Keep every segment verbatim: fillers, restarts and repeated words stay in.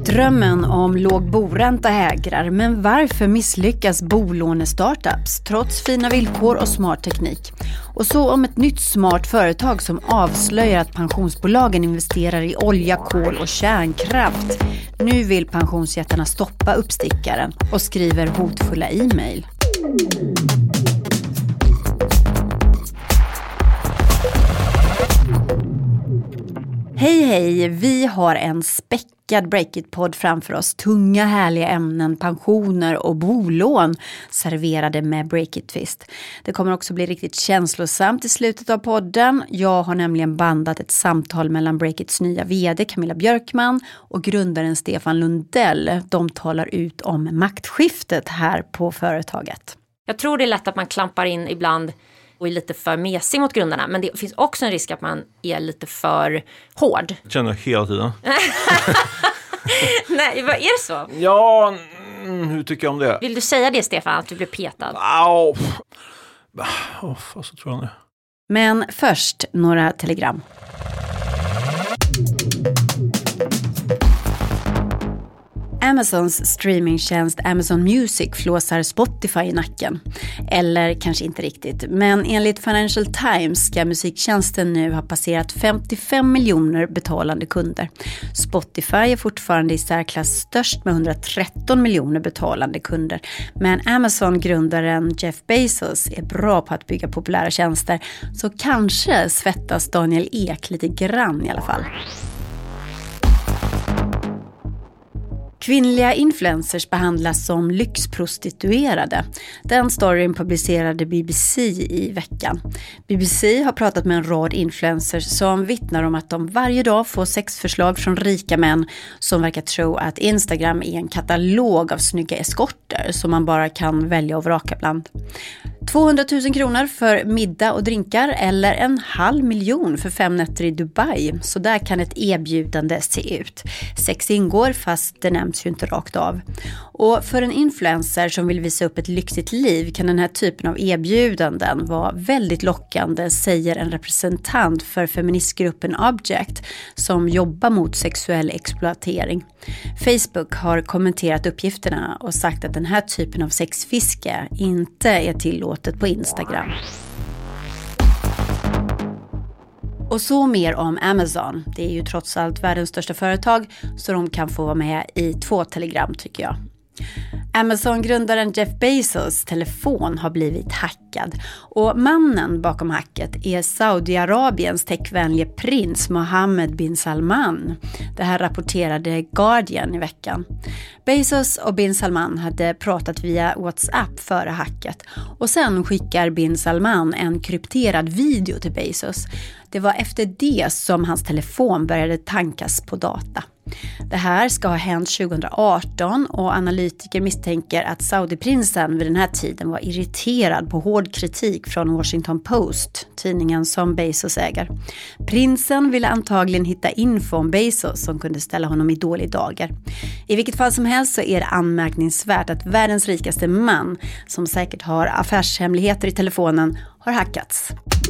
Drömmen om låg boränta hägrar, men varför misslyckas bolånestartups trots fina villkor och smart teknik? Och så om ett nytt smart företag som avslöjar att pensionsbolagen investerar i olja, kol och kärnkraft. Nu vill pensionsjättarna stoppa uppstickaren och skriver hotfulla e-mail. Hej hej, vi har en späckad Breakit-podd framför oss. Tunga härliga ämnen, pensioner och bolån serverade med Breakit-twist. Det kommer också bli riktigt känslosamt i slutet av podden. Jag har nämligen bandat ett samtal mellan Breakits nya vd Camilla Björkman och grundaren Stefan Lundell. De talar ut om maktskiftet här på företaget. Jag tror det är lätt att man klampar in ibland och är lite för mesig mot grundarna. Men det finns också en risk att man är lite för hård. Jag känner hela tiden. Nej, vad är det så? Ja, mm, hur tycker jag om det? Vill du säga det, Stefan, att du blir petad? Åh, oh, vad så tror jag det. Men först några telegram. Amazons streamingtjänst Amazon Music flåsar Spotify i nacken. Eller kanske inte riktigt. Men enligt Financial Times ska musiktjänsten nu ha passerat femtiofem miljoner betalande kunder. Spotify är fortfarande i särklass störst med hundratretton miljoner betalande kunder. Men Amazon-grundaren Jeff Bezos är bra på att bygga populära tjänster. Så kanske svettas Daniel Ek lite grann i alla fall. Kvinnliga influencers behandlas som lyxprostituerade. Den storyn publicerade B B C i veckan. B B C har pratat med en rad influencers som vittnar om att de varje dag får sexförslag från rika män som verkar tro att Instagram är en katalog av snygga eskorter som man bara kan välja och vraka bland. tvåhundratusen kronor för middag och drinkar eller en halv miljon för fem nätter i Dubai. Så där kan ett erbjudande se ut. Sex ingår fast det nämns ju inte rakt av. Och för en influencer som vill visa upp ett lyxigt liv kan den här typen av erbjudanden vara väldigt lockande, säger en representant för feministgruppen Object som jobbar mot sexuell exploatering. Facebook har kommenterat uppgifterna och sagt att den här typen av sexfiske inte är tillåtet på Instagram. Och så mer om Amazon. Det är ju trots allt världens största företag så de kan få vara med i två telegram tycker jag. Amazon-grundaren Jeff Bezos telefon har blivit hackad och mannen bakom hacket är Saudiarabiens techvänlige prins Mohammed bin Salman. Det här rapporterade Guardian i veckan. Bezos och bin Salman hade pratat via WhatsApp före hacket och sen skickar bin Salman en krypterad video till Bezos. Det var efter det som hans telefon började tankas på data. Det här ska ha hänt tjugoarton och analytiker misstänker att Saudi-prinsen vid den här tiden var irriterad på hård kritik från Washington Post, tidningen som Bezos äger. Prinsen ville antagligen hitta info om Bezos som kunde ställa honom i dålig dagar. I vilket fall som helst så är det anmärkningsvärt att världens rikaste man, som säkert har affärshemligheter i telefonen, har hackats.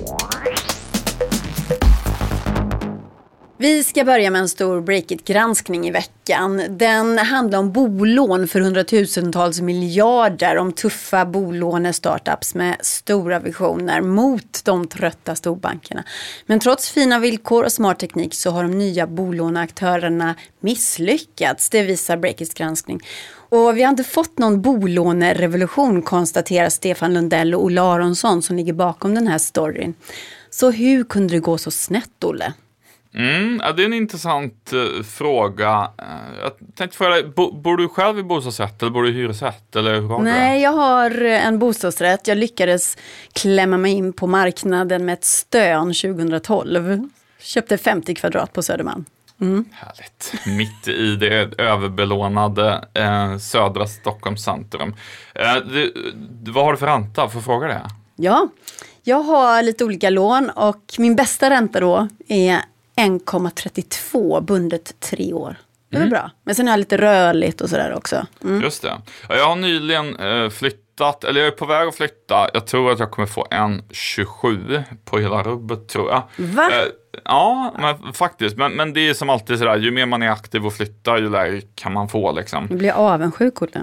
Vi ska börja med en stor Breakit-granskning i veckan. Den handlar om bolån för hundratusentals miljarder, om tuffa bolånestartups med stora visioner mot de trötta storbankerna. Men trots fina villkor och smart teknik så har de nya bolåneaktörerna misslyckats, det visar Breakits granskning. Och vi har inte fått någon bolånerevolution, konstaterar Stefan Lundell och Olle Aronsson som ligger bakom den här storyn. Så hur kunde det gå så snett, Olle? Mm, ja, det är en intressant uh, fråga. Uh, jag tänkte fråga dig, bo, bor du själv i bostadsrätt eller bor du i hyresrätt? Eller hur Nej, jag har en bostadsrätt. Jag lyckades klämma mig in på marknaden med ett stön tjugohundratolv. Köpte femtio kvadrat på Södermalm. Mm. Härligt. Mitt i det överbelånade eh, södra Stockholms centrum. Eh, det, vad har du för ränta? Får jag fråga det? Ja, jag har lite olika lån och min bästa ränta då är en komma trettiotvå bundet tre år. Det är mm. bra. Men sen har jag lite rörligt och sådär också. Mm. Just det. Jag har nyligen eh, flyttat flyttat, eller jag är på väg att flytta. Jag tror att jag kommer få en tjugosju på hela rubbet, tror jag. Va? Eh, ja, men faktiskt. Men, men det är som alltid sådär, ju mer man är aktiv och flyttar, ju lägre kan man få liksom. Du blir avundsjuk, Olle.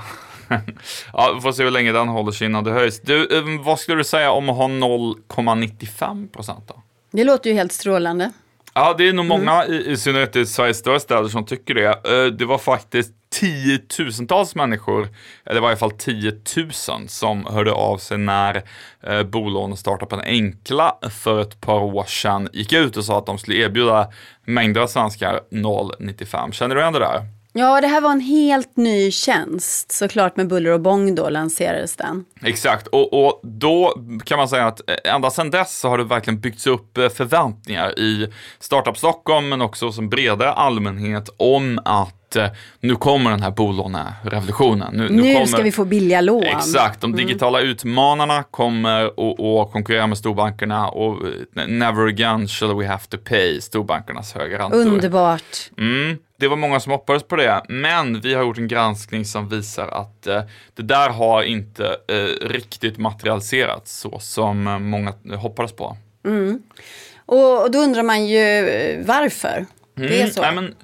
Ja, vi får se hur länge den håller sig innan det höjs. Du, eh, vad skulle du säga om att ha noll komma nittiofem procent då? Det låter ju helt strålande. Ja, det är nog många mm. i, i synnerhet i Sveriges större städer som tycker det. Eh, det var faktiskt tiotusentals människor, eller i varje fall tiotusen, som hörde av sig när eh, bolånestartupen Enkla för ett par år sedan gick ut och sa att de skulle erbjuda mängder av svenskar noll komma nittiofem. Känner du igen det där? Ja, det här var en helt ny tjänst. Såklart med buller och bång då lanserades den. Exakt, och, och då kan man säga att ända sedan dess så har det verkligen byggts upp förväntningar i Startup Stockholm, men också som bredare allmänhet om att nu kommer den här bolånerevolutionen. Nu, nu, nu kommer, ska vi få billiga lån. Exakt, de digitala mm. utmanarna kommer att konkurrera med storbankerna, och never again shall we have to pay storbankernas höga räntor. Underbart. Mm. Det var många som hoppades på det, men vi har gjort en granskning som visar att eh, det där har inte eh, riktigt materialiserats så som eh, många hoppades på. Mm. Och, och då undrar man ju varför. Det är så. Mm, nej, men,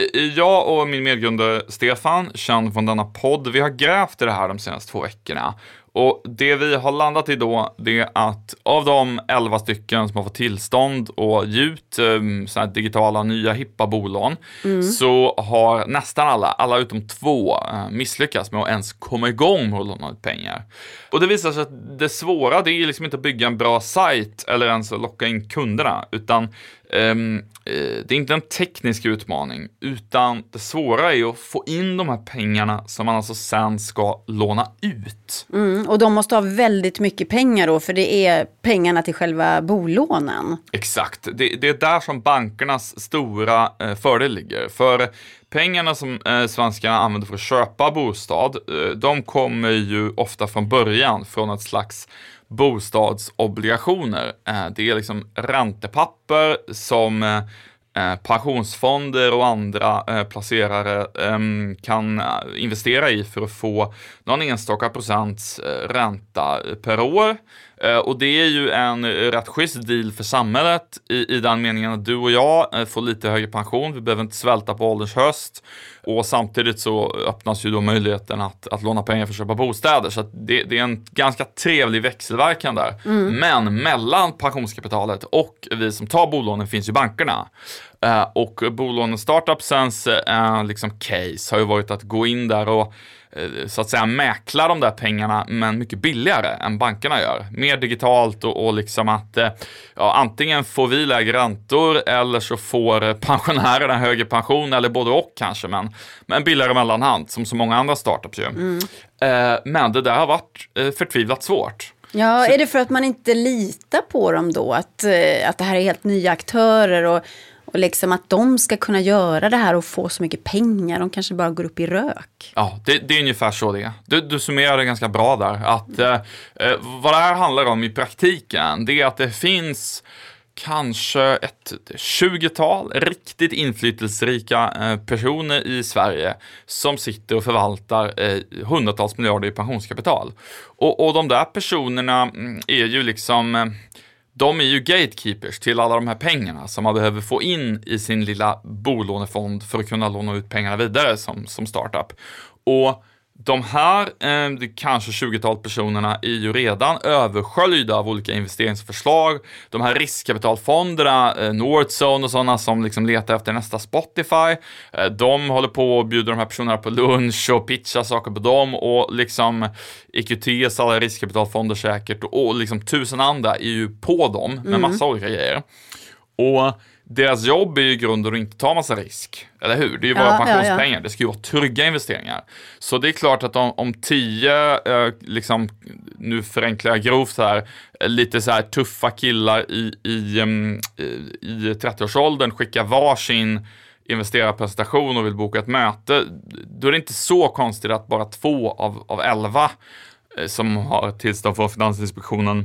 jag och min medgrundare Stefan, känd från denna podd, vi har grävt i det här de senaste två veckorna. Och det vi har landat i då, det är att av de elva stycken som har fått tillstånd och ge ut um, såna här digitala nya hippa bolån, mm. så har nästan alla, alla utom två, uh, misslyckats med att ens komma igång med att låna ut pengar. Och det visar sig att det svåra, det är liksom inte att bygga en bra sajt eller ens att locka in kunderna, utan um, det är inte en teknisk utmaning, utan det svåra är att få in de här pengarna som man alltså sen ska låna ut. Mm, och de måste ha väldigt mycket pengar då, för det är pengarna till själva bolånen. Exakt, det, det är där som bankernas stora eh, fördel ligger. För pengarna som eh, svenskarna använder för att köpa bostad, eh, de kommer ju ofta från början från ett slags bostadsobligationer. Det är liksom räntepapper som eh, pensionsfonder och andra eh, placerare eh, kan investera i för att få någon enstaka procents eh, ränta per år. Eh, och det är ju en rätt schysst deal för samhället i, i den meningen att du och jag eh, får lite högre pension. Vi behöver inte svälta på ålders höst. Och samtidigt så öppnas ju då möjligheten att, att låna pengar för att köpa bostäder. Så att det, det är en ganska trevlig växelverkan där. Mm. Men mellan pensionskapitalet och vi som tar bolånen finns ju bankerna. Uh, och bolånen startupsens uh, liksom case har ju varit att gå in där och uh, så att säga mäkla de där pengarna, men mycket billigare än bankerna gör. Mer digitalt och, och liksom att uh, ja, antingen får vi lägre räntor eller så får pensionärerna högre pension, eller både och kanske, men, men billigare mellanhand som så många andra startups gör. Mm. Uh, men det där har varit uh, förtvivlat svårt. Ja, så, är det för att man inte litar på dem då? Att, uh, att det här är helt nya aktörer och Och liksom att de ska kunna göra det här och få så mycket pengar. De kanske bara går upp i rök. Ja, det, det är ungefär så det är. Du, du summerar det ganska bra där. Att, eh, vad det här handlar om i praktiken, det är att det finns kanske ett tjugotal riktigt inflytelserika eh, personer i Sverige som sitter och förvaltar eh, hundratals miljarder i pensionskapital. Och, och de där personerna är ju liksom... Eh, De är ju gatekeepers till alla de här pengarna som man behöver få in i sin lilla bolånefond för att kunna låna ut pengarna vidare som, som startup. Och de här eh, kanske tjugotal personerna är ju redan översköljda av olika investeringsförslag. De här riskkapitalfonderna, eh, Northzone och sådana som liksom letar efter nästa Spotify, eh, de håller på och bjuder de här personerna på lunch och pitchar saker på dem, och liksom E Q T's alla riskkapitalfonder säkert och, och liksom tusen andra är ju på dem med mm. massa olika grejer. Och deras jobb är ju i grunden att inte ta massa risk, eller hur? Det är ju våra ja, pensionspengar, ja, ja. Det ska ju vara trygga investeringar. Så det är klart att om, om tio, eh, liksom, nu förenklar jag grovt här, lite så här tuffa killar i, i, um, i trettioårsåldern skickar varsin investerarpresentation och vill boka ett möte, då är det inte så konstigt att bara två av, av elva eh, som har tillstånd från Finansinspektionen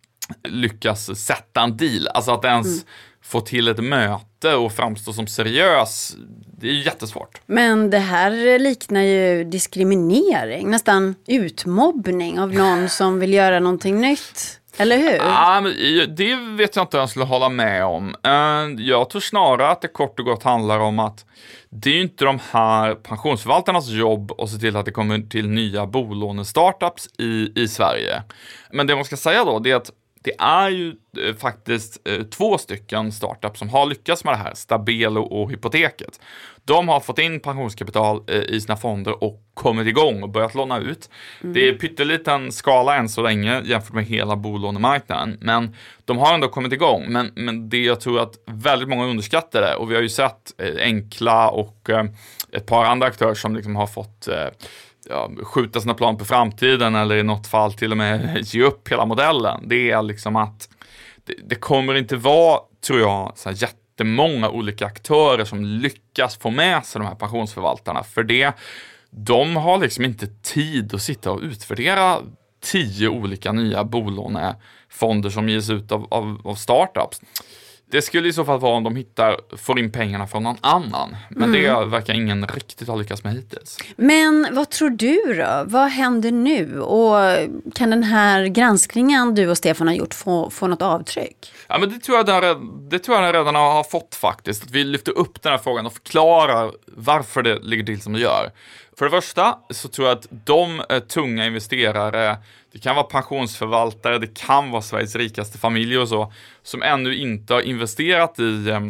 lyckas sätta en deal. Alltså att ens mm. få till ett möte och framstå som seriös, det är jättesvårt. Men det här liknar ju diskriminering, nästan utmobbning av någon som vill göra någonting nytt. Eller hur? Ja, men det vet jag inte om jag skulle hålla med om. Jag tror snarare att det kort och gott handlar om att det är ju inte de här pensionsförvaltarnas jobb att se till att det kommer till nya bolånestartups i, i Sverige. Men det man ska säga då, det är att det är ju faktiskt två stycken startups som har lyckats med det här, Stabelo och Hypoteket. De har fått in pensionskapital i sina fonder och kommit igång och börjat låna ut. Mm. Det är pytteliten skala än så länge jämfört med hela bolånemarknaden. Men de har ändå kommit igång. Men, men det jag tror att väldigt många underskattar det. Och vi har ju sett Enkla och ett par andra aktörer som liksom har fått ja, skjuta sina plan på framtiden eller i något fall till och med ge upp hela modellen. Det är liksom att det, det kommer inte vara, tror jag, så här jättemånga olika aktörer som lyckas få med sig de här pensionsförvaltarna. För det, de har liksom inte tid att sitta och utvärdera tio olika nya bolånefonder som ges ut av, av, av startups. Det skulle i så fall vara om de hittar, får in pengarna från någon annan. Men mm. det verkar ingen riktigt ha lyckats med hittills. Men vad tror du då? Vad händer nu? Och kan den här granskningen du och Stefan har gjort få, få något avtryck? Ja, men det tror jag den, det tror jag den redan har fått faktiskt. Att vi lyfter upp den här frågan och förklarar varför det ligger till som det gör. För det första så tror jag att de eh, tunga investerare, det kan vara pensionsförvaltare, det kan vara Sveriges rikaste familj och så, som ännu inte har investerat i, eh,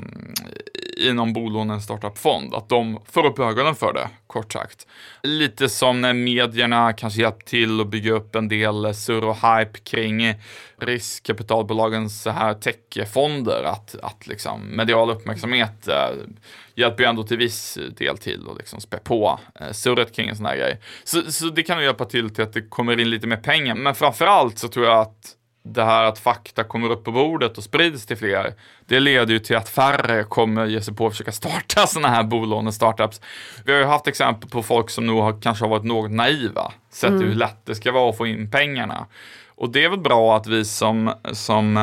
i någon bolånen startup-fond, att de får upp ögonen för det, kort sagt. Lite som när medierna kanske hjälpt till att bygga upp en del surr och hype kring riskkapitalbolagens så här techfonder, att, att liksom medial uppmärksamhet eh, hjälper ju ändå till viss del till och liksom spä på eh, surret kring en sån här grej. Så, så det kan ju hjälpa till till att det kommer in lite mer pengar. Men framförallt så tror jag att det här att fakta kommer upp på bordet och sprids till fler, det leder ju till att färre kommer ge sig på att försöka starta såna här bolån startups. Vi har ju haft exempel på folk som nog har, kanske har varit något naiva, sett mm. hur lätt det ska vara att få in pengarna. Och det är väl bra att vi som, som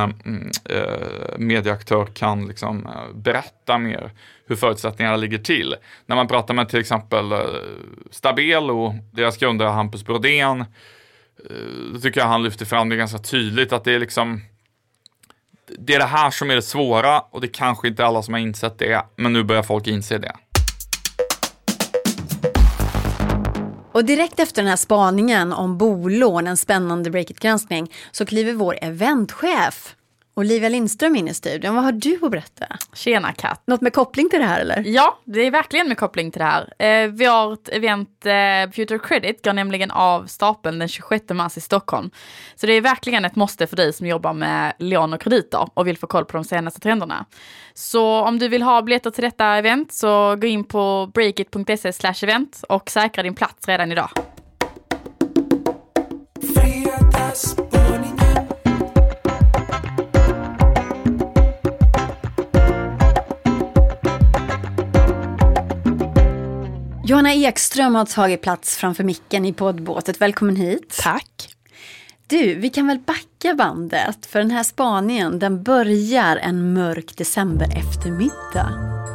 äh, medieaktör kan liksom, äh, berätta mer hur förutsättningarna ligger till. När man pratar med till exempel äh, Stabelo, deras grundare Hampus Brodén, då tycker jag han lyfter fram det ganska tydligt att det är liksom det är det här som är det svåra och det kanske inte alla som har insett det, men nu börjar folk inse det. Och direkt efter den här spaningen om bolån, en spännande Breakit-granskning, så kliver vår eventchef Olivia Lindström in i studion. Vad har du att berätta? Tjena Kat. Något med koppling till det här eller? Ja, det är verkligen med koppling till det här. Eh, vi har ett event, eh, Future Credit går nämligen av stapeln den tjugosjätte mars i Stockholm. Så det är verkligen ett måste för dig som jobbar med lån och krediter och vill få koll på de senaste trenderna. Så om du vill ha biljetter till detta event så gå in på breakit punkt se slash event och säkra din plats redan idag. Johanna Ekström har tagit plats framför micken i poddbåtet. Välkommen hit. Tack. Du, vi kan väl backa bandet, för den här spaningen, den börjar en mörk december eftermiddag.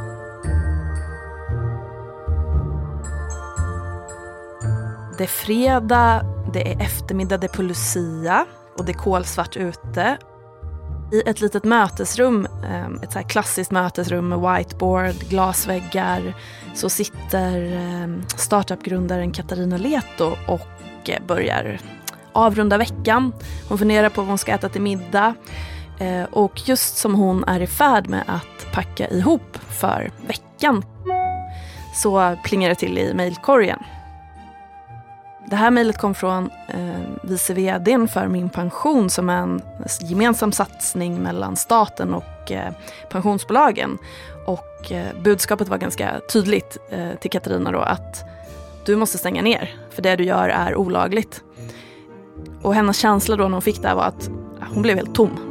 Det är fredag, det är eftermiddag, det är på Lucia och det är kolsvart ute. I ett litet mötesrum, ett så här klassiskt mötesrum med whiteboard, glasväggar, så sitter startup-grundaren Katarina Leto och börjar avrunda veckan. Hon funderar på vad hon ska äta till middag och just som hon är i färd med att packa ihop för veckan så plingar det till i mejlkorgen. Det här mejlet kom från eh, vice vdn för Min pension som är en gemensam satsning mellan staten och eh, pensionsbolagen. Och eh, budskapet var ganska tydligt eh, till Katarina då att du måste stänga ner för det du gör är olagligt. Och hennes känsla då när hon fick det här var att ja, hon blev helt tom.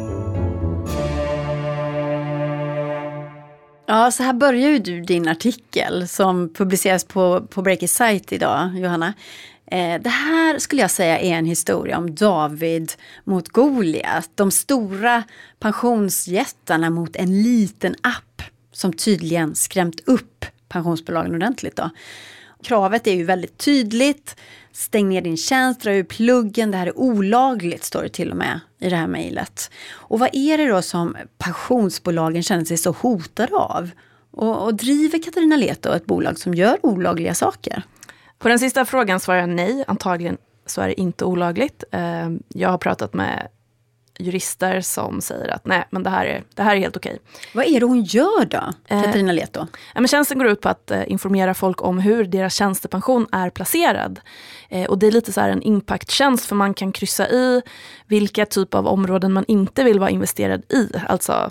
Ja, så här börjar ju du din artikel som publiceras på, på Breakits sajt idag, Johanna. Eh, det här skulle jag säga är en historia om David mot Goliat. De stora pensionsjättarna mot en liten app som tydligen skrämt upp pensionsbolagen ordentligt då. Kravet är ju väldigt tydligt. Stäng ner din tjänst, dra ur pluggen. Det här är olagligt, står det till och med i det här mejlet. Och vad är det då som pensionsbolagen känner sig så hotade av? Och, och driver Katarina Leto ett bolag som gör olagliga saker? På den sista frågan svarar jag nej. Antagligen så är det inte olagligt. Jag har pratat med jurister som säger att nej, men det här är, det här är helt okej. Vad är det hon gör då, Katarina Leto? Eh, men tjänsten går ut på att eh, informera folk om hur deras tjänstepension är placerad. Eh, och det är lite så här en impacttjänst, för man kan kryssa i vilka typ av områden man inte vill vara investerad i. Alltså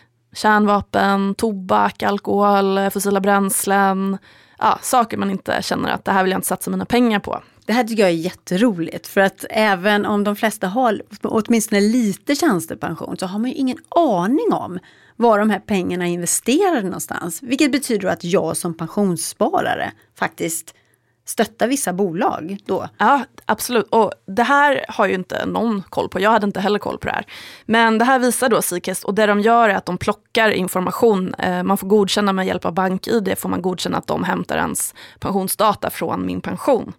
kärnvapen, tobak, alkohol, fossila bränslen. Ja, saker man inte känner att det här vill jag inte satsa mina pengar på. Det här tycker jag är jätteroligt, för att även om de flesta har åtminstone lite tjänstepension så har man ju ingen aning om var de här pengarna är investerade någonstans. Vilket betyder att jag som pensionssparare faktiskt stöttar vissa bolag då. Ja, absolut. Och det här har ju inte någon koll på. Jag hade inte heller koll på det här. Men det här visar då Seekest, och det de gör är att de plockar information. Man får godkänna med hjälp av BankID, det får man godkänna att de hämtar ens pensionsdata från min pension.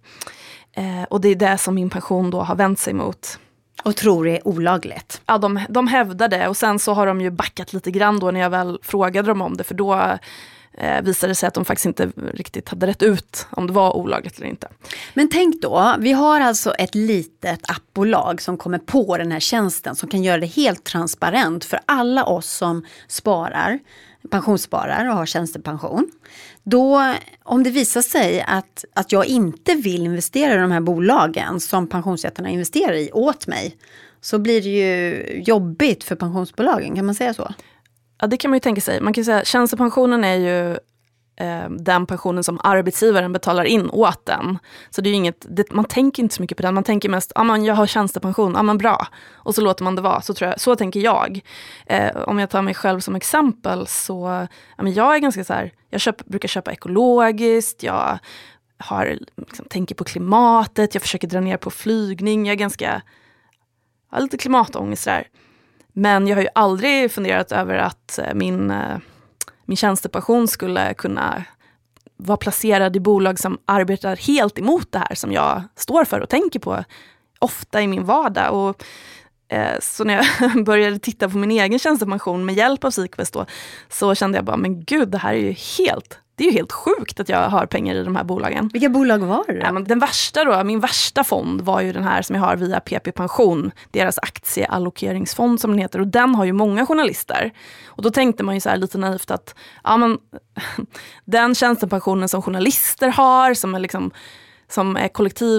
Och det är det som min pension då har vänt sig mot. Och tror det är olagligt. Ja, de, de hävdar det, och sen så har de ju backat lite grann då när jag väl frågade dem om det, för då eh, visade det sig att de faktiskt inte riktigt hade rätt ut om det var olagligt eller inte. Men tänk då, vi har alltså ett litet appbolag som kommer på den här tjänsten som kan göra det helt transparent för alla oss som sparar, pensionssparar och har tjänstepension. Då, om det visar sig att, att jag inte vill investera i de här bolagen som pensionsjättarna investerar i åt mig, så blir det ju jobbigt för pensionsbolagen, kan man säga så? Ja, det kan man ju tänka sig. Man kan säga att tjänstepensionen är ju eh, den pensionen som arbetsgivaren betalar in åt den. Så det är ju inget, det, man tänker inte så mycket på den. Man tänker mest, ja ah, men jag har tjänstepension, ja ah, men bra. Och så låter man det vara, så, tror jag, så tänker jag. Eh, om jag tar mig själv som exempel så, ja men jag är ganska så här, jag köp, brukar köpa ekologiskt, jag har, liksom, tänker på klimatet, jag försöker dra ner på flygning, jag är ganska, jag har lite klimatångest där. Men jag har ju aldrig funderat över att min, min tjänstepension skulle kunna vara placerad i bolag som arbetar helt emot det här som jag står för och tänker på ofta i min vardag. Och, eh, så när jag började titta på min egen tjänstepension med hjälp av Seekest då, så kände jag bara, men gud, det här är ju helt... Det är ju helt sjukt att jag har pengar i de här bolagen. Vilka bolag var det? Ja, men den värsta då, min värsta fond var ju den här som jag har via P P Pension. Deras aktieallokeringsfond som den heter. Och den har ju många journalister. Och då tänkte man ju så här lite naivt att ja, men, den tjänstepensionen som journalister har, som är, liksom, som är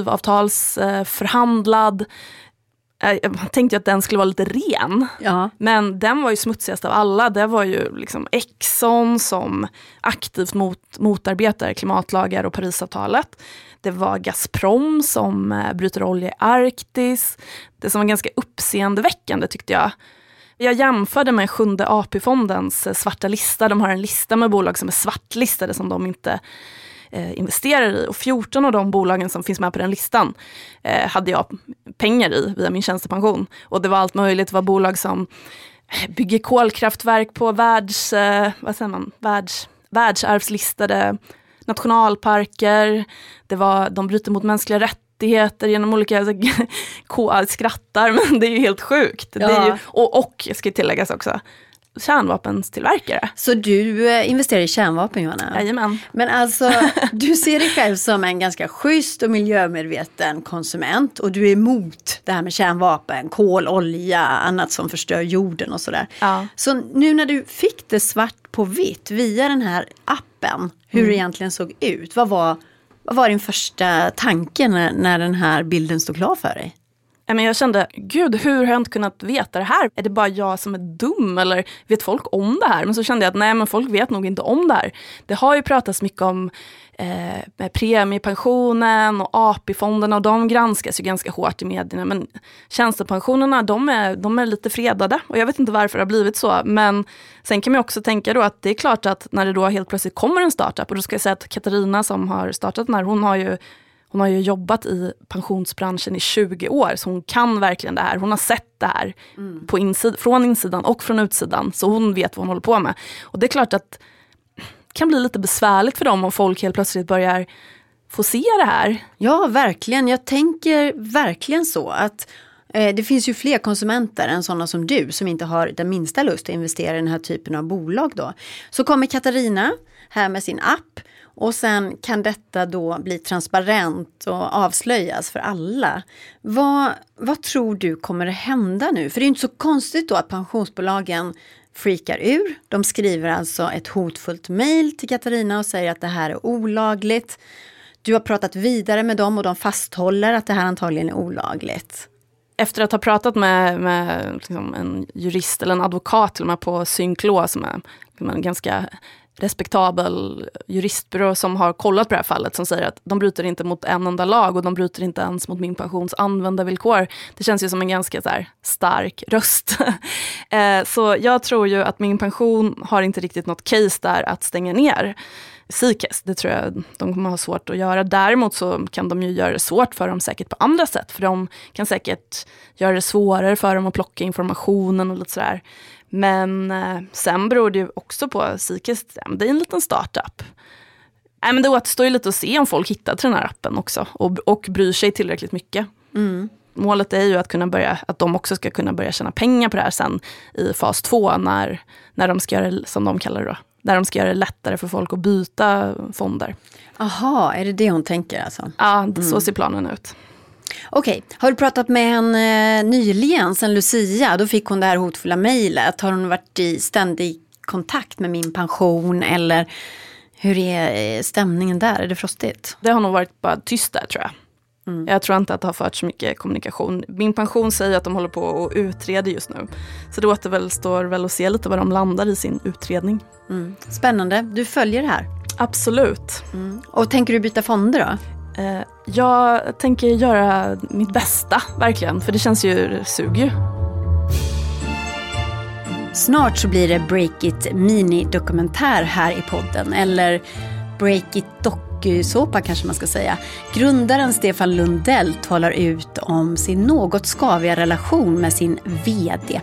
kollektivavtalsförhandlad. Jag tänkte att den skulle vara lite ren. Ja. Men den var ju smutsigast av alla. Det var ju liksom Exxon som aktivt mot, motarbetar klimatlagar och Parisavtalet. Det var Gazprom som bryter olja i Arktis. Det som var ganska uppseendeväckande tyckte jag. Jag jämförde med sjunde A P-fondens svarta lista. De har en lista med bolag som är svartlistade som de inte investerar i, och fjorton av de bolagen som finns med på den listan eh, hade jag pengar i via min tjänstepension, och det var allt möjligt. Det var bolag som bygger kolkraftverk på världs, eh, vad säger man, världs, världsarvslistade nationalparker. Det var, de bryter mot mänskliga rättigheter genom olika alltså, skrattar, men det är ju helt sjukt. Ja. Det är ju, och, och ska tilläggas också, kärnvapenstillverkare. Så du eh, investerar i kärnvapen, Johanna? Jajamän. Men alltså, du ser dig själv som en ganska schysst och miljömedveten konsument, och du är emot det här med kärnvapen, kol, olja, annat som förstör jorden och sådär. Ja. Så nu när du fick det svart på vitt via den här appen, hur mm. det egentligen såg ut, vad var, vad var din första tanke när, när den här bilden stod klar för dig? Men jag kände, gud, hur har jag inte kunnat veta det här? Är det bara jag som är dum, eller vet folk om det här? Men så kände jag att nej, men folk vet nog inte om det här. Det har ju pratats mycket om eh, premiepensionen och A P-fonderna, och de granskas ju ganska hårt i medierna. Men tjänstepensionerna, de är, de är lite fredade, och jag vet inte varför det har blivit så. Men sen kan man också tänka då att det är klart att när det då helt plötsligt kommer en startup, och då ska jag säga att Katarina som har startat den här, hon har ju Hon har ju jobbat i pensionsbranschen i tjugo år, så hon kan verkligen det här. Hon har sett det här mm. på insid- från insidan och från utsidan, så hon vet vad hon håller på med. Och det är klart att kan bli lite besvärligt för dem om folk helt plötsligt börjar få se det här. Ja, verkligen. Jag tänker verkligen så att eh, det finns ju fler konsumenter än sådana som du som inte har den minsta lust att investera i den här typen av bolag då. Så kommer Katarina här med sin app och sen kan detta då bli transparent och avslöjas för alla. Vad, vad tror du kommer att hända nu? För det är inte så konstigt då att pensionsbolagen freakar ur. De skriver alltså ett hotfullt mejl till Katarina och säger att det här är olagligt. Du har pratat vidare med dem och de fasthåller att det här antagligen är olagligt. Efter att ha pratat med, med liksom en jurist eller en advokat till och med på Synclaw som är en ganska respektabel juristbyrå som har kollat på det här fallet som säger att de bryter inte mot en enda lag och de bryter inte ens mot min pensions användarvillkor. Det känns ju som en ganska så här, stark röst. Så jag tror ju att min pension har inte riktigt något case där att stänga ner Seekest. Det tror jag de kommer ha svårt att göra. Däremot så kan de ju göra det svårt för dem säkert på andra sätt. För de kan säkert göra det svårare för dem att plocka informationen och lite sådär. Men eh, sen beror det ju också på Seekest. Det är en liten startup. Nej, men det återstår ju lite att se om folk hittar till den här appen också. Och, och bryr sig tillräckligt mycket. Mm. Målet är ju att, kunna börja, att de också ska kunna börja tjäna pengar på det här sen i fas två. När, när de ska göra det, som de kallar det då. Där de ska göra det lättare för folk att byta fonder. Aha, är det det hon tänker alltså? Ja, så mm. ser planen ut. Okej, har du pratat med henne nyligen sen Lucia? Då fick hon det här hotfulla mejlet. Har hon varit i ständig kontakt med min pension? Eller hur är stämningen där? Är det frostigt? Det har nog varit bara tyst där tror jag. Mm. Jag tror inte att det har fört så mycket kommunikation. Min pension säger att de håller på och utreder just nu. Så det återstår väl att se lite vad de landar i sin utredning. Mm. Spännande. Du följer det här? Absolut. Mm. Och tänker du byta fonder då? Eh, jag tänker göra mitt bästa, verkligen. För det känns ju suger. Snart så blir det Breakit mini-dokumentär här i podden. Eller Breakit dokusåpa kanske man ska säga. Grundaren Stefan Lundell talar ut om sin något skaviga relation med sin vd.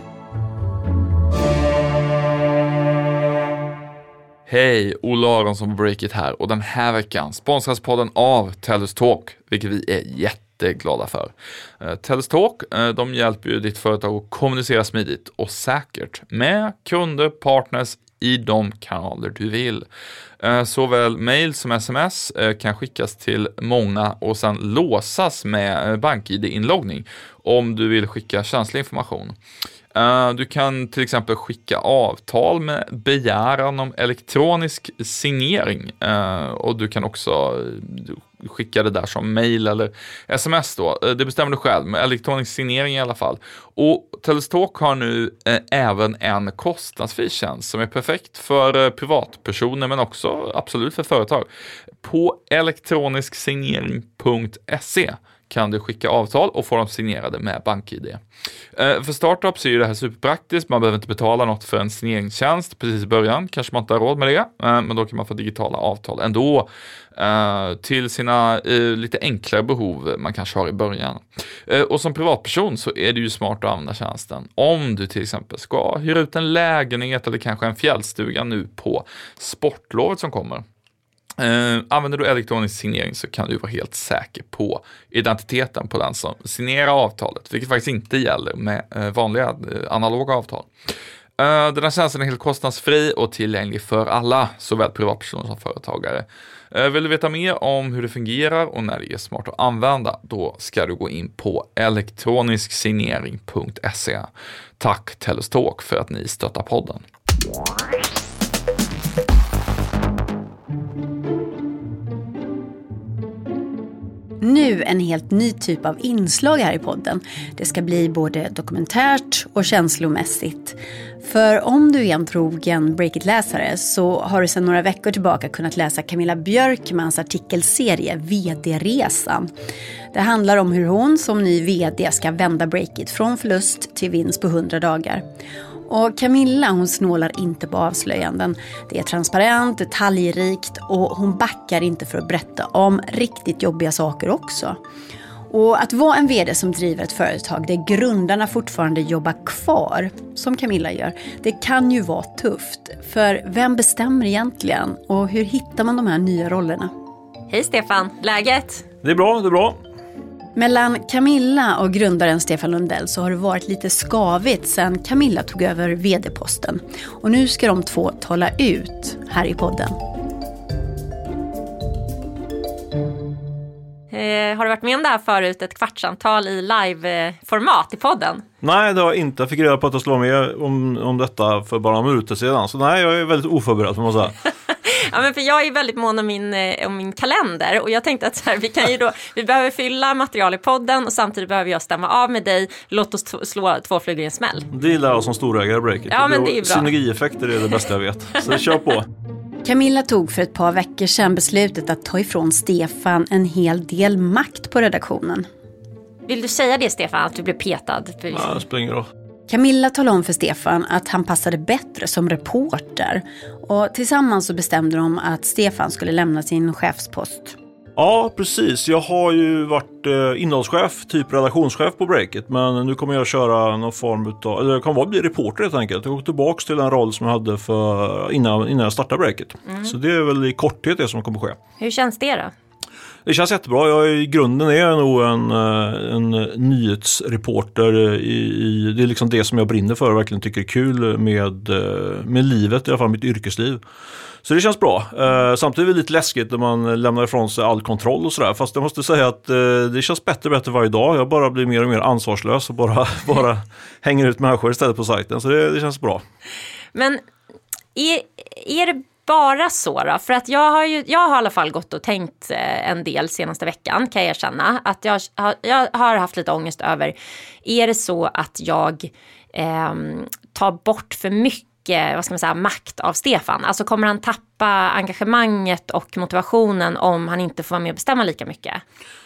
Hej, Ola Aronsson på Breakit här och den här veckan sponsras podden av Tellus Talk, vilket vi är jätteglada för. Uh, Tellus Talk, uh, de hjälper ju ditt företag att kommunicera smidigt och säkert med kunder, partners i de kanaler du vill. Uh, såväl mail som sms uh, kan skickas till många och sen låsas med BankID-inloggning om du vill skicka känslig information. Uh, du kan till exempel skicka avtal med begäran om elektronisk signering uh, och du kan också uh, skicka det där som mail eller sms då. Uh, det bestämmer du själv, med elektronisk signering i alla fall. Och Tellus Talk har nu uh, även en kostnadsfri tjänst som är perfekt för uh, privatpersoner men också absolut för företag. På elektronisk signering punkt se kan du skicka avtal och få dem signerade med BankID. Eh, för startups är ju det här superpraktiskt. Man behöver inte betala något för en signeringstjänst precis i början. Kanske man inte har råd med det. Eh, men då kan man få digitala avtal ändå. Eh, till sina eh, lite enklare behov man kanske har i början. Eh, och som privatperson så är det ju smart att använda tjänsten. Om du till exempel ska hyra ut en lägenhet eller kanske en fjällstuga nu på sportlovet som kommer. Uh, använder du elektronisk signering så kan du vara helt säker på identiteten på den som signerar avtalet, vilket faktiskt inte gäller med uh, vanliga uh, analoga avtal. Uh, den här tjänsten är helt kostnadsfri och tillgänglig för alla, såväl privatpersoner som företagare. Uh, vill du veta mer om hur det fungerar och när det är smart att använda, då ska du gå in på elektronisk signering punkt se. Tack Tellus Talk för att ni stöttar podden. Nu en helt ny typ av inslag här i podden. Det ska bli både dokumentärt och känslomässigt. För om du är en trogen Breakit-läsare så har du sedan några veckor tillbaka kunnat läsa Camilla Björkmans artikelserie V D-resan. Det handlar om hur hon som ny V D ska vända Breakit från förlust till vinst på hundra dagar. Och Camilla, hon snålar inte på avslöjanden. Det är transparent, detaljrikt och hon backar inte för att berätta om riktigt jobbiga saker också. Och att vara en vd som driver ett företag där grundarna fortfarande jobbar kvar, som Camilla gör, det kan ju vara tufft. För vem bestämmer egentligen? Och hur hittar man de här nya rollerna? Hej Stefan, läget? Det är bra, det är bra. Mellan Camilla och grundaren Stefan Lundell så har det varit lite skavigt sedan Camilla tog över vd-posten. Och nu ska de två tala ut här i podden. Eh, har du varit med om det här förut, ett kvartssamtal i live-format i podden? Nej, det har jag inte. Jag fick reda på att jag skulle vara med om, om detta för bara några minuter sedan. Så nej, jag är väldigt oförberedd, får man säga. Ja, men för jag är väldigt mån om min, om min kalender och jag tänkte att så här, vi kan ju då, vi behöver fylla material i podden och samtidigt behöver jag stämma av med dig. Låt oss t- slå två flugor i en smäll. Det gillar jag som storägare i Breakit. Ja, men det är ju bra. Synergieffekter är det bästa jag vet. Så kör på. Camilla tog för ett par veckor sedan beslutet att ta ifrån Stefan en hel del makt på redaktionen. Vill du säga det, Stefan, att du blev petad? Nej, det spelar ingen roll. Camilla talade om för Stefan att han passade bättre som reporter. Och tillsammans så bestämde de att Stefan skulle lämna sin chefspost. Ja, precis. Jag har ju varit eh, innehållschef, typ redaktionschef på Breakit. Men nu kommer jag köra någon form av, eller jag kan vara bli reporter helt enkelt. Jag går tillbaka till den roll som jag hade för, innan, innan jag startade Breakit. Mm. Så det är väl i korthet det som kommer ske. Hur känns det då? Det känns jättebra. Jag i grunden är jag nog en, en nyhetsreporter. I, i, det är liksom det som jag brinner för och verkligen tycker är kul med, med livet, i alla fall mitt yrkesliv. Så det känns bra. Eh, samtidigt är det lite läskigt när man lämnar ifrån sig all kontroll och sådär. Fast jag måste säga att eh, det känns bättre och bättre varje dag. Jag bara blir mer och mer ansvarslös och bara, bara hänger ut människor istället på sajten. Så det, det känns bra. Men är, är det bara så då? För att jag har ju, jag har i alla fall gått och tänkt en del senaste veckan, kan jag erkänna. Att jag, jag har haft lite ångest över, är det så att jag eh, tar bort för mycket, vad ska man säga, makt av Stefan? Alltså kommer han tappa engagemanget och motivationen om han inte får vara med och bestämma lika mycket?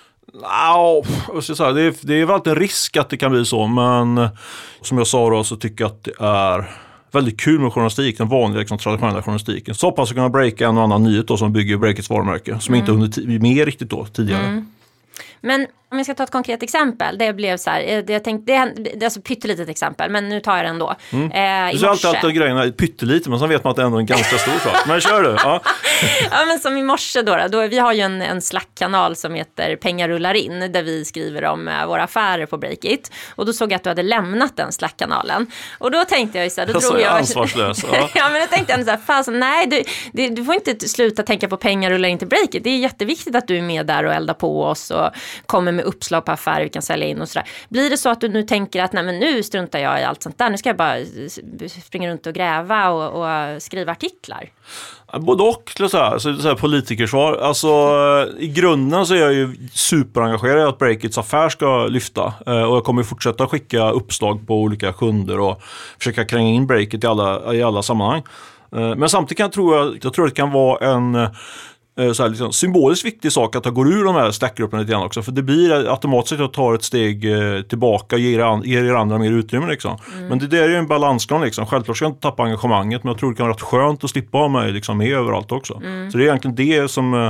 Ja, det är, det är väl alltid en risk att det kan bli så, men som jag sa då så tycker jag att det är väldigt kul med journalistik, den vanliga liksom, traditionella journalistiken. Så hoppas jag kunna breaka en och annan nyhet då, som bygger Breakits varumärke, som mm. inte hunnit t- med riktigt då tidigare. Mm. Men om jag ska ta ett konkret exempel, det blev så här, det, jag tänkte, det, det är alltså pyttelitet exempel, men nu tar jag det ändå. Mm. Eh, det är alltid alltid grejerna pyttelite, men så vet man att det är ändå en ganska stor sak. Men kör du, ja. Ja, men som i morse då, då, vi har ju en, en Slack-kanal som heter Pengar rullar in, där vi skriver om uh, våra affärer på Breakit. Och då såg jag att du hade lämnat den Slack-kanalen. Och då tänkte jag ju så här, då alltså, drog jag... ansvarslös. Ja. Ja, men då tänkte jag så här, fan, nej, du, du, du får inte sluta tänka på pengar rullar in till Breakit. Det är jätteviktigt att du är med där och eldar på oss och kommer med uppslag på affärer vi kan sälja in och sådär. Blir det så att du nu tänker att nej, men nu struntar jag i allt sånt där, nu ska jag bara springa runt och gräva och, och skriva artiklar? Både och, så här, så här politikersvar. Alltså, i grunden så är jag ju superengagerad i att Breakits affär ska lyfta. Och jag kommer fortsätta skicka uppslag på olika kunder och försöka kränga in Breakit i alla, i alla sammanhang. Men samtidigt kan jag tro att, jag tror att det kan vara en så här, liksom, symboliskt viktig sak att jag går ur de här stackgrupperna lite grann också. För det blir automatiskt att jag tar ett steg tillbaka och ger, an, ger er andra mer utrymme. Liksom. Mm. Men det där är ju en balansgång. Liksom. Självklart ska jag inte tappa engagemanget, men jag tror det kan vara rätt skönt att slippa ha mig liksom, med överallt också. Mm. Så det är egentligen det som...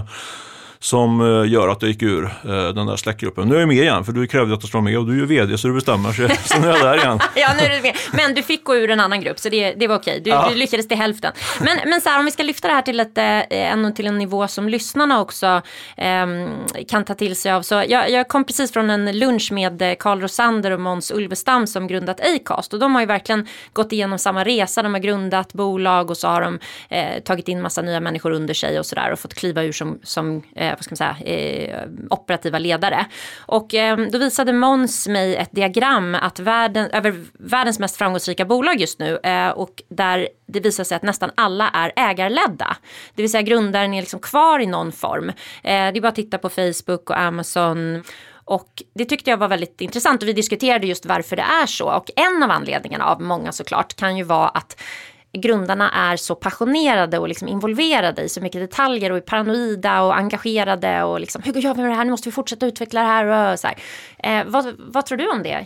som gör att jag gick ur uh, den där släckgruppen. Nu är jag med igen, för du krävde att jag skulle vara med och du är ju vd så du bestämmer sig. Så nu är jag där igen. Ja, nu är du med. Men du fick gå ur en annan grupp, så det, det var okej. Du, ja. du lyckades till hälften. Men, men så här, om vi ska lyfta det här till, ett, eh, till en nivå som lyssnarna också eh, kan ta till sig av. Så jag, jag kom precis från en lunch med Carl Rosander och Måns Ulvestam som grundat Acast. Och de har ju verkligen gått igenom samma resa. De har grundat bolag och så har de eh, tagit in massa nya människor under sig och sådär och fått kliva ur som, som eh, vad ska man säga, eh, operativa ledare. Och eh, då visade Måns mig ett diagram att världen, över världens mest framgångsrika bolag just nu eh, och där det visar sig att nästan alla är ägarledda. Det vill säga grundaren är liksom kvar i någon form. Eh, det är bara att titta på Facebook och Amazon. Och det tyckte jag var väldigt intressant och vi diskuterade just varför det är så. Och en av anledningarna av många såklart kan ju vara att grundarna är så passionerade och liksom involverade i så mycket detaljer och är paranoida och engagerade och liksom, hur gör vi med det här? Nu måste vi fortsätta utveckla det här. Och så här. Eh, vad, vad tror du om det?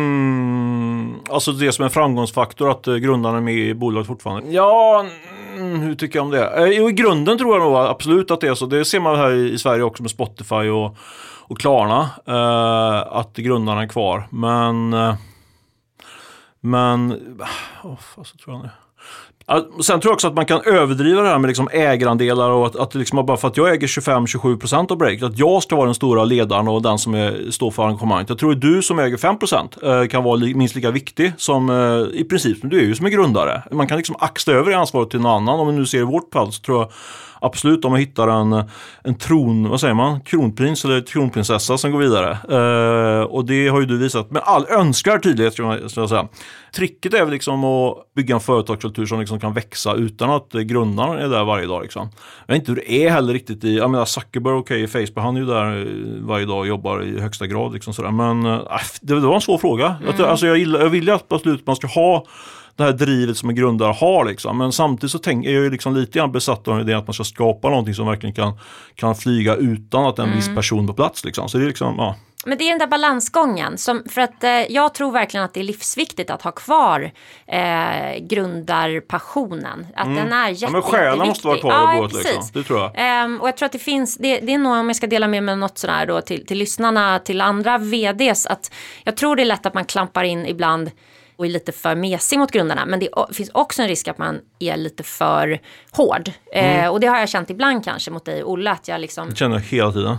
Mm, alltså det som är en framgångsfaktor att grundarna är med i bolaget fortfarande. Ja, Mm, hur tycker jag om det? Eh, I grunden tror jag nog absolut att det är så. Det ser man här i, i Sverige också med Spotify och, och Klarna. Eh, att grundarna är kvar. Men... Eh, men... Oh, vad så tror jag det. Sen tror jag också att man kan överdriva det här med liksom ägarandelar och att, att liksom bara för att jag äger tjugofem till tjugosju procent av Breakit, att jag ska vara den stora ledaren och den som är, står för arrangemanget. Jag tror att du som äger fem procent eh, kan vara li, minst lika viktig som eh, i princip som du är ju som är grundare. Man kan liksom axla över det ansvaret till någon annan. Om vi nu ser i vårt fall så tror jag absolut om man hittar en, en tron, vad säger man, kronprins eller kronprinsessa som går vidare. Eh, och det har ju du visat med all önskvärd tydlighet, ska jag säga. Tricket är väl liksom att bygga en företagskultur som liksom kan växa utan att grundaren är där varje dag. Liksom. Jag vet inte hur det är heller riktigt i, jag menar Zuckerberg, okej, i Facebook, han är ju där varje dag och jobbar i högsta grad. Liksom sådär. Men äh, det, det var en svår fråga. Mm. Jag, alltså, jag, gillar, jag vill ju att absolut man ska ha det här drivet som en grundare har liksom. Men samtidigt så tänk, är jag ju liksom lite grann besatt av idén att man ska skapa någonting som verkligen kan, kan flyga utan att en mm. viss person på plats liksom. Så det är liksom, ja. Men det är den där balansgången. Som, för att eh, jag tror verkligen att det är livsviktigt att ha kvar eh, grundarpassionen. Att mm. den är jätte, ja, men själen måste vara kvar ja, i båt liksom. Det tror jag. Um, och jag tror att det finns, det, det är nog om jag ska dela med mig något sådär då till, till lyssnarna, till andra vds. Att jag tror det är lätt att man klampar in ibland och är lite för mesig mot grundarna. Men det finns också en risk att man är lite för hård. Mm. Eh, och det har jag känt ibland kanske mot dig, Olle. Att jag liksom... Det känner jag hela tiden.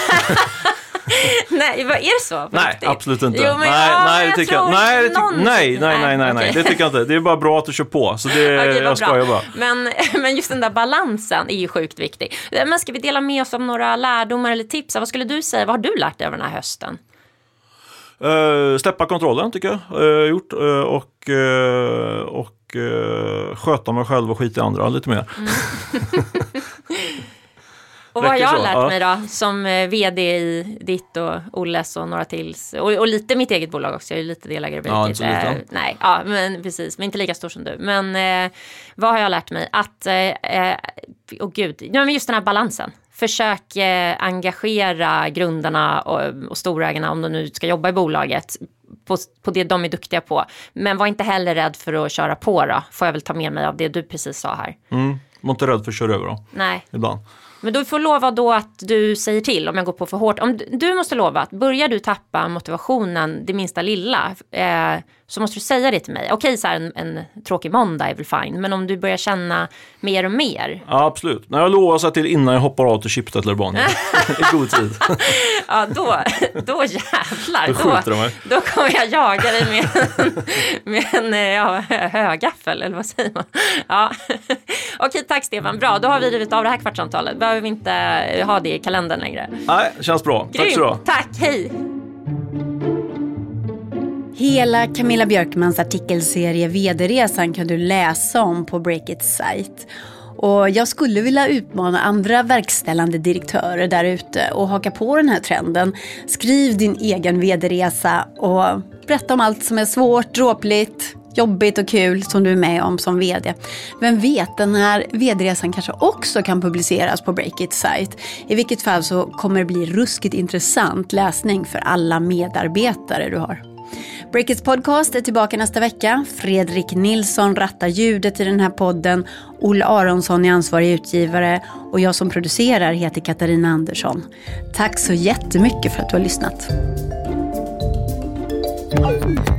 Nej, vad är det så? Nej, riktigt? absolut inte. Jo, men, nej, ja, nej, det tycker jag. Nej, det tycker, nej, nej, nej, nej, nej. Okay. Det tycker jag inte. Det är bara bra att du kör på. Så det okay, jag ska jag bara. Men men just den där balansen är ju sjukt viktig. Men ska vi dela med oss av några lärdomar eller tips? Vad skulle du säga? Vad har du lärt dig över den här hösten? Uh, släppa kontrollen tycker jag. Uh, gjort uh, och uh, och uh, sköta mig själv och skita i andra lite mer. Mm. Och vad har jag lärt mig då som vd i ditt och Olles och några tills och, och lite mitt eget bolag också, jag är ju lite delägare i Breakit. Ja, eh, nej, ja, men precis, men inte lika stor som du. Men eh, vad har jag lärt mig? Att, eh, och gud, ja, men just den här balansen. Försök eh, engagera grundarna och, och storägarna om de nu ska jobba i bolaget på, på det de är duktiga på. Men var inte heller rädd för att köra på då, får jag väl ta med mig av det du precis sa här. Mm, var inte rädd för att köra över då. Nej. Ibland. Men du får lova då att du säger till om jag går på för hårt. Om du, du måste lova att börjar du tappa motivationen det minsta lilla eh, så måste du säga det till mig. Okej, så här en, en tråkig måndag är väl fine. Men om du börjar känna mer och mer. Ja, absolut. När jag lovar så till innan jag hoppar av till Schibsted eller Bonnier. I god tid. Ja, då, då jävlar. Då skjuter de mig. Då, då kommer jag jaga dig med en, med en ja, högaffel, eller vad säger man? Ja. Okej, tack Stefan. Bra, då har vi rivit av det här kvartsamtalet. Behöver vi inte ha det i kalendern längre. Nej, känns bra. Grym. Tack så du. Tack, hej. Hela Camilla Björkmans artikelserie vd-resan kan du läsa om på Breakits sajt. Och jag skulle vilja utmana andra verkställande direktörer där ute och haka på den här trenden. Skriv din egen vd-resa och berätta om allt som är svårt, dråpligt, jobbigt och kul som du är med om som vd. Vem vet, den här vd-resan kanske också kan publiceras på Breakits sajt. I vilket fall så kommer det bli ruskigt intressant läsning för alla medarbetare du har. Breakits podcast är tillbaka nästa vecka. Fredrik Nilsson rattar ljudet i den här podden. Olle Aronsson är ansvarig utgivare. Och jag som producerar heter Katarina Andersson. Tack så jättemycket för att du har lyssnat.